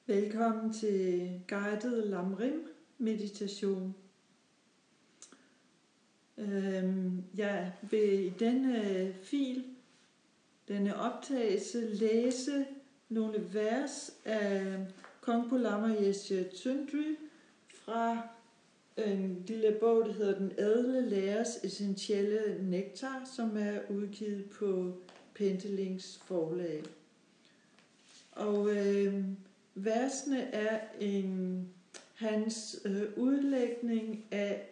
Velkommen til guided Lamrim meditation. Jeg vil i denne denne optagelse, læse nogle vers af Kongpo Lama Yeshe Tsundry fra en lille bog, der hedder Den ædle lærers essentielle nektar, som er udgivet på Pentelings forlag. Og versene er hans udlægning af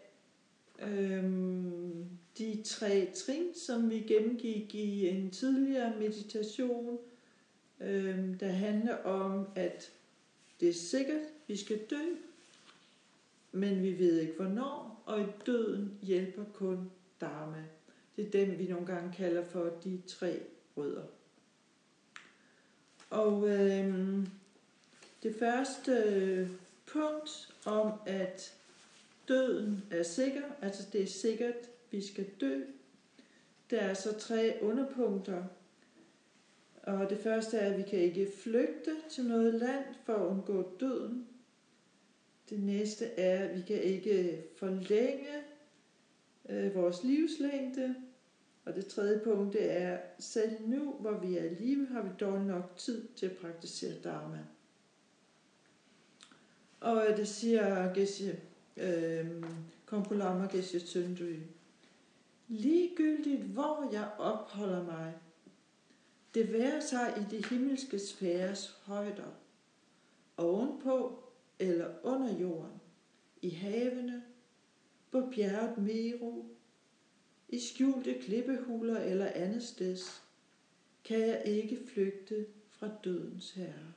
de 3 trin, som vi gennemgik i en tidligere meditation, der handler om, at det er sikkert, vi skal dø, men vi ved ikke hvornår, og i døden hjælper kun Dharma. Det er dem, vi nogle gange kalder for de 3 rødder. Og det første punkt om, at døden er sikker, altså det er sikkert, vi skal dø. Der er så 3 underpunkter. Og det første er, at vi kan ikke flygte til noget land for at undgå døden. Det næste er, at vi kan ikke forlænge vores livslængde. Og det tredje punkt det er, selv nu, hvor vi er i live, har vi dog nok tid til at praktisere Dharma. Og det siger Kongpo Lama Yeshe Tsundry. Ligegyldigt hvor jeg opholder mig, det være sig i de himmelske sfæres højder, ovenpå eller under jorden, i havene, på bjerget Meru, i skjulte klippehuler eller andet sted, kan jeg ikke flygte fra dødens herre.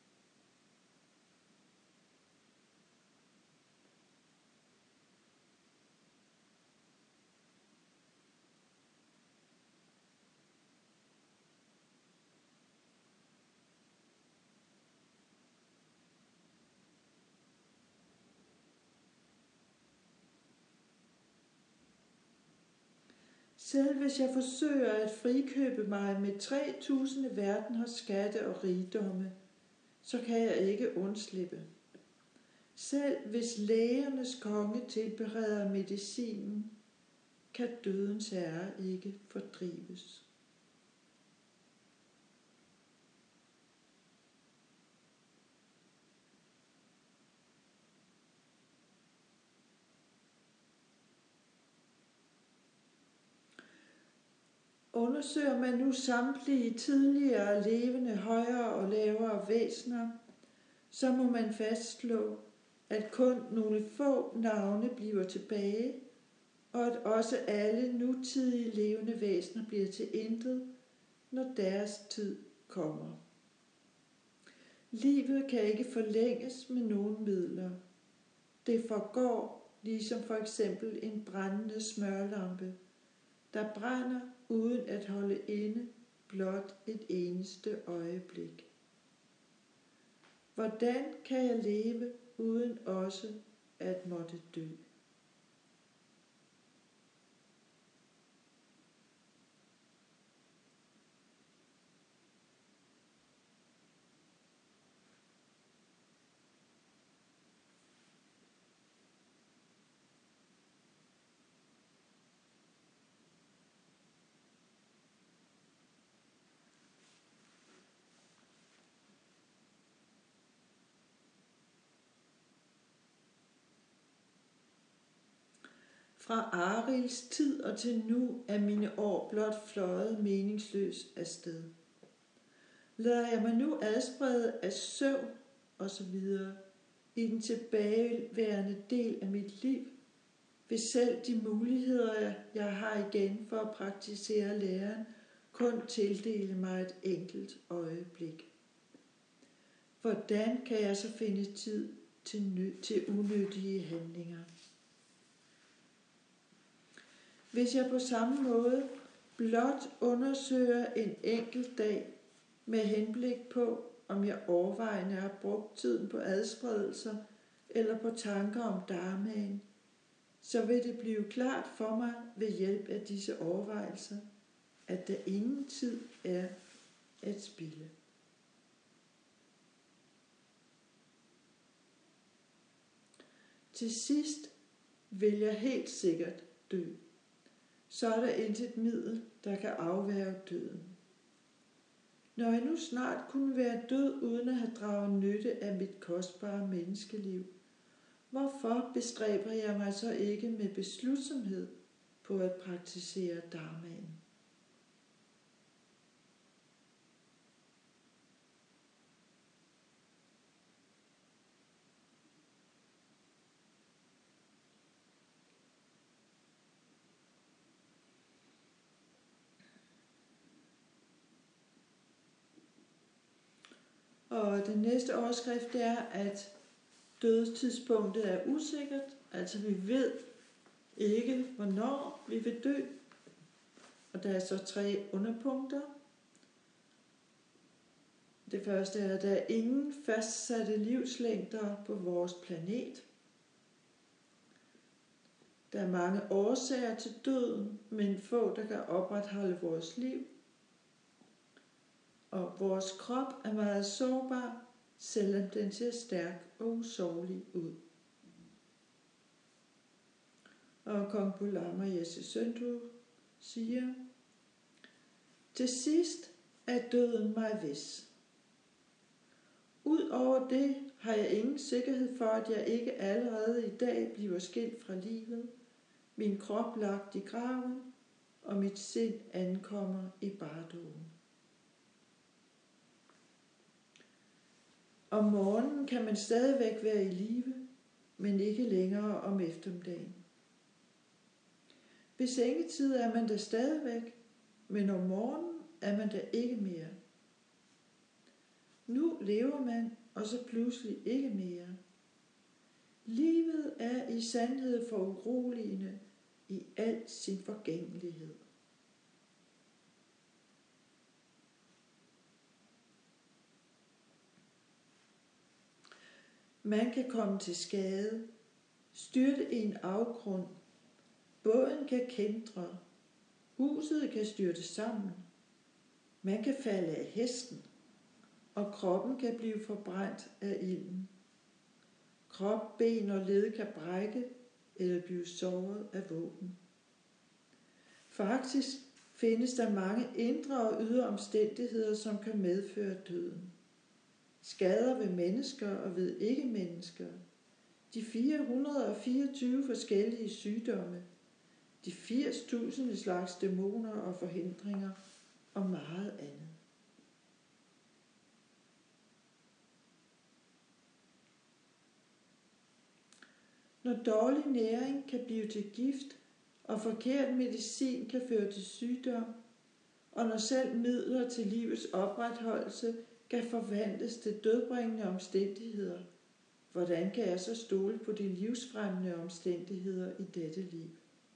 Selv hvis jeg forsøger at frikøbe mig med 3000 verdener skatte og rigdomme, så kan jeg ikke undslippe. Selv hvis lægernes konge tilbereder medicinen, kan dødens herre ikke fordrives. Undersøger man nu samtlige tidligere levende højere og lavere væsener, så må man fastslå, at kun nogle få navne bliver tilbage, og at også alle nutidige levende væsener bliver til intet, når deres tid kommer. Livet kan ikke forlænges med nogen midler. Det forgår ligesom for eksempel en brændende smørlampe, der brænder uden at holde inde blot et eneste øjeblik. Hvordan kan jeg leve uden også at måtte dø? Fra Arils tid og til nu er mine år blot fløjet meningsløst afsted. Lader jeg mig nu adsprede af søvn og så videre i den tilbageværende del af mit liv, vil selv de muligheder, jeg har igen for at praktisere læren, kun tildele mig et enkelt øjeblik. Hvordan kan jeg så finde tid til unyttige handlinger? Hvis jeg på samme måde blot undersøger en enkelt dag med henblik på, om jeg overvejende har brugt tiden på adspredelser eller på tanker om dharmaen, så vil det blive klart for mig ved hjælp af disse overvejelser, at der ingen tid er at spilde. Til sidst vil jeg helt sikkert dø. Så er der intet middel, der kan afværge døden. Når jeg nu snart kunne være død uden at have draget nytte af mit kostbare menneskeliv, hvorfor bestræber jeg mig så ikke med beslutsomhed på at praktisere dharmaen? Og den næste overskrift er, at dødstidspunktet er usikkert, altså vi ved ikke, hvornår vi vil dø. Og der er så 3 underpunkter. Det første er, at der er ingen fastsatte livslængder på vores planet. Der er mange årsager til døden, men få, der kan opretholde vores liv. Og vores krop er meget sårbar, selvom den ser stærk og usårlig ud. Og kong Pulama Jesse Søndu siger, til sidst er døden mig vis. Udover det har jeg ingen sikkerhed for, at jeg ikke allerede i dag bliver skilt fra livet, min krop lagt i graven, og mit sind ankommer i bardoen. Om morgenen kan man stadigvæk være i live, men ikke længere om eftermiddagen. Ved sengetid er man der stadigvæk, men om morgenen er man der ikke mere. Nu lever man, og så pludselig ikke mere. Livet er i sandhed for uroligende i al sin forgængelighed. Man kan komme til skade, styrte i en afgrund, båden kan kæntre, huset kan styrte sammen, man kan falde af hesten, og kroppen kan blive forbrændt af ilden. Krop, ben og led kan brække eller blive såret af våben. Faktisk findes der mange indre og ydre omstændigheder, som kan medføre døden. Skader ved mennesker og ved ikke-mennesker. De 424 forskellige sygdomme. De 80.000 slags dæmoner og forhindringer og meget andet. Når dårlig næring kan blive til gift, og forkert medicin kan føre til sygdom, og når selv midler til livets opretholdelse kan forvandles til dødbringende omstændigheder, hvordan kan jeg så stole på de livsfremmende omstændigheder i dette liv?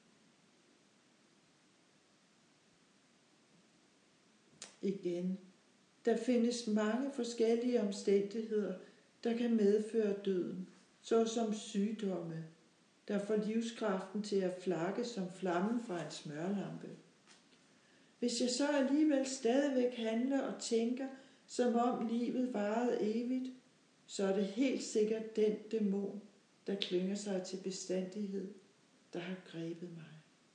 Igen, der findes mange forskellige omstændigheder, der kan medføre døden, såsom sygdomme, der får livskraften til at flakke som flammen fra en smørlampe. Hvis jeg så alligevel stadigvæk handler og tænker, som om livet varede evigt, så er det helt sikkert den dæmon, der klynger sig til bestandighed, der har grebet mig.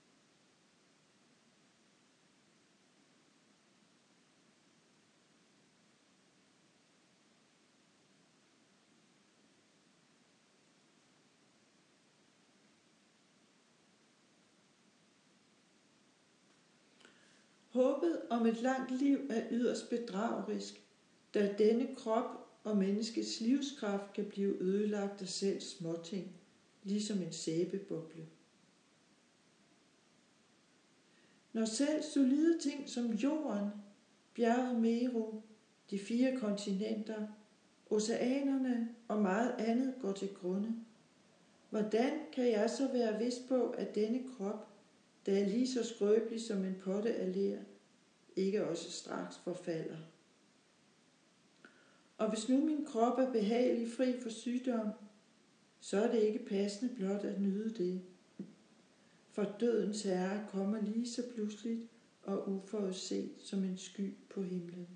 Håbet om et langt liv er yderst bedragerisk, da denne krop og menneskets livskraft kan blive ødelagt af selv småting, ligesom en sæbeboble. Når selv solide ting som jorden, bjerget Meru, de 4 kontinenter, oceanerne og meget andet går til grunde, hvordan kan jeg så være vis på, at denne krop, der er lige så skrøbelig som en potte af ler, ikke også straks forfalder? Og hvis nu min krop er behagelig fri for sygdom, så er det ikke passende blot at nyde det. For dødens herre kommer lige så pludseligt og uforudset som en sky på himlen.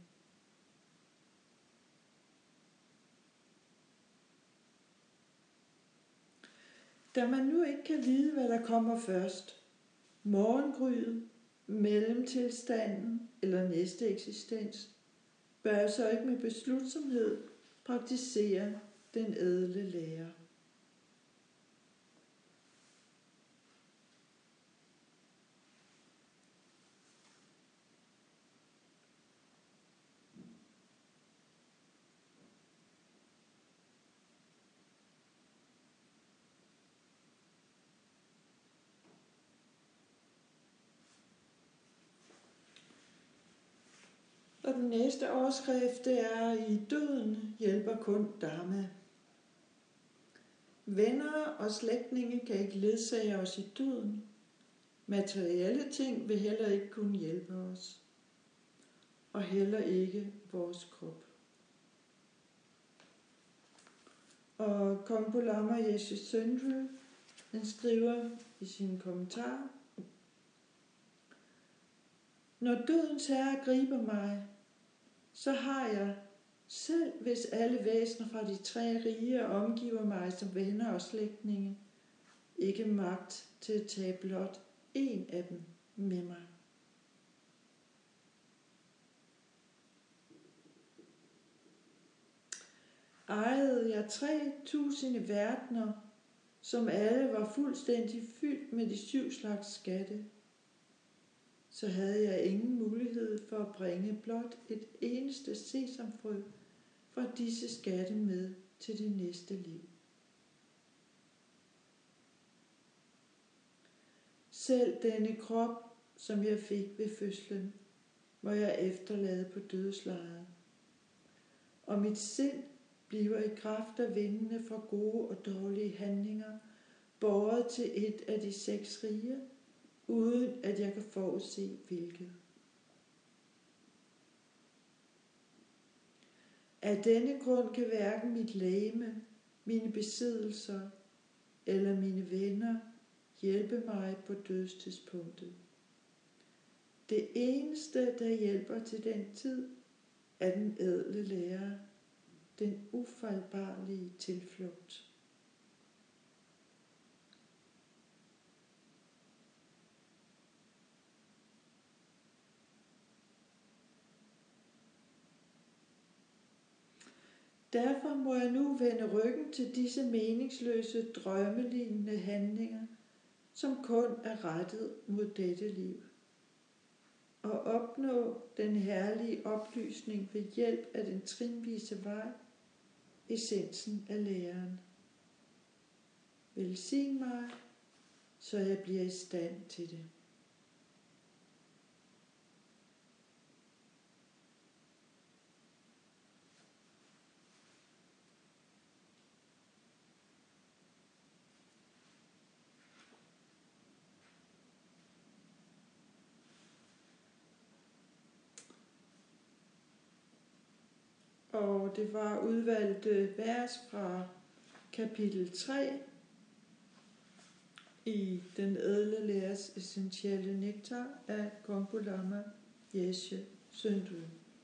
Da man nu ikke kan vide, hvad der kommer først, morgengryet, mellemtilstanden eller næste eksistens, bør jeg så ikke med beslutsomhed praktisere den ædle lære. Og den næste overskrift er: i døden hjælper kun Dharma. Venner og slægtninge kan ikke ledsage os i døden. Materielle ting vil heller ikke kunne hjælpe os. Og heller ikke vores krop. Og Kongpo Lama Jesus Søndre, han skriver i sine kommentarer: når dødens herre griber mig, så har jeg, selv hvis alle væsener fra de 3 rige omgiver mig som venner og slægtninge, ikke magt til at tage blot en af dem med mig. Ejede jeg 3.000 verdener, som alle var fuldstændig fyldt med de 7 slags skatte, så havde jeg ingen mulighed for at bringe blot et eneste sesamfrø fra disse skatte med til det næste liv. Selv denne krop, som jeg fik ved fødslen, må jeg efterlade på dødslejet. Og mit sind bliver i kraft af vindene fra gode og dårlige handlinger båret til et af de 6 rige, uden at jeg kan forudse hvilket. Af denne grund kan hverken mit legeme, mine besiddelser eller mine venner hjælpe mig på dødstidspunktet. Det eneste, der hjælper til den tid, er den ædle lære, den ufejlbarlige tilflugt. Derfor må jeg nu vende ryggen til disse meningsløse, drømmelignende handlinger, som kun er rettet mod dette liv, og opnå den herlige oplysning ved hjælp af den trinvise vej, essensen af læren. Velsign mig, så jeg bliver i stand til det. Og det var udvalgte vers fra kapitel 3 i Den ædle læres essentielle nektar af Kongpo Lama Yeshe Søndre.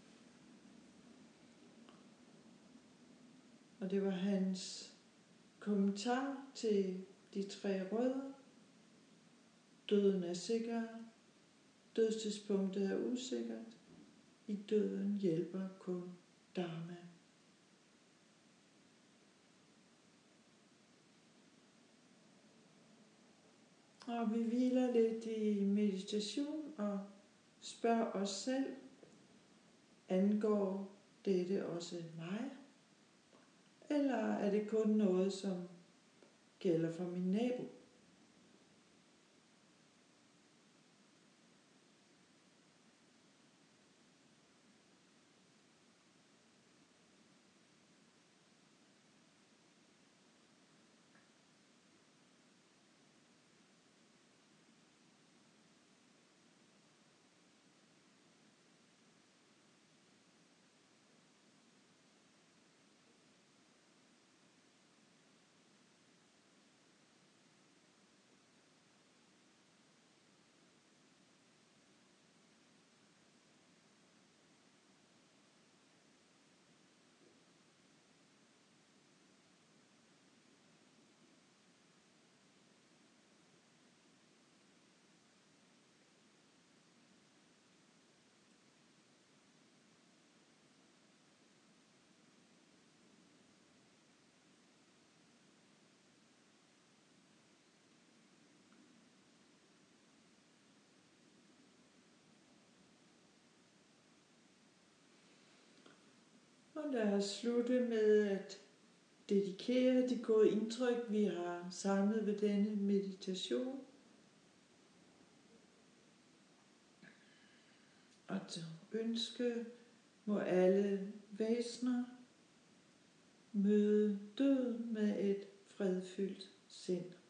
Og det var hans kommentar til de 3 rødder. Døden er sikker, dødstidspunktet er usikkert, i døden hjælper kun Dharma. Og vi hviler lidt i meditation og spørger os selv, angår dette også mig? Eller er det kun noget, som gælder for min nabo? lad os slutte med at dedikere de gode indtryk, vi har samlet ved denne meditation. Og til ønske må alle væsener møde døden med et fredfyldt sind.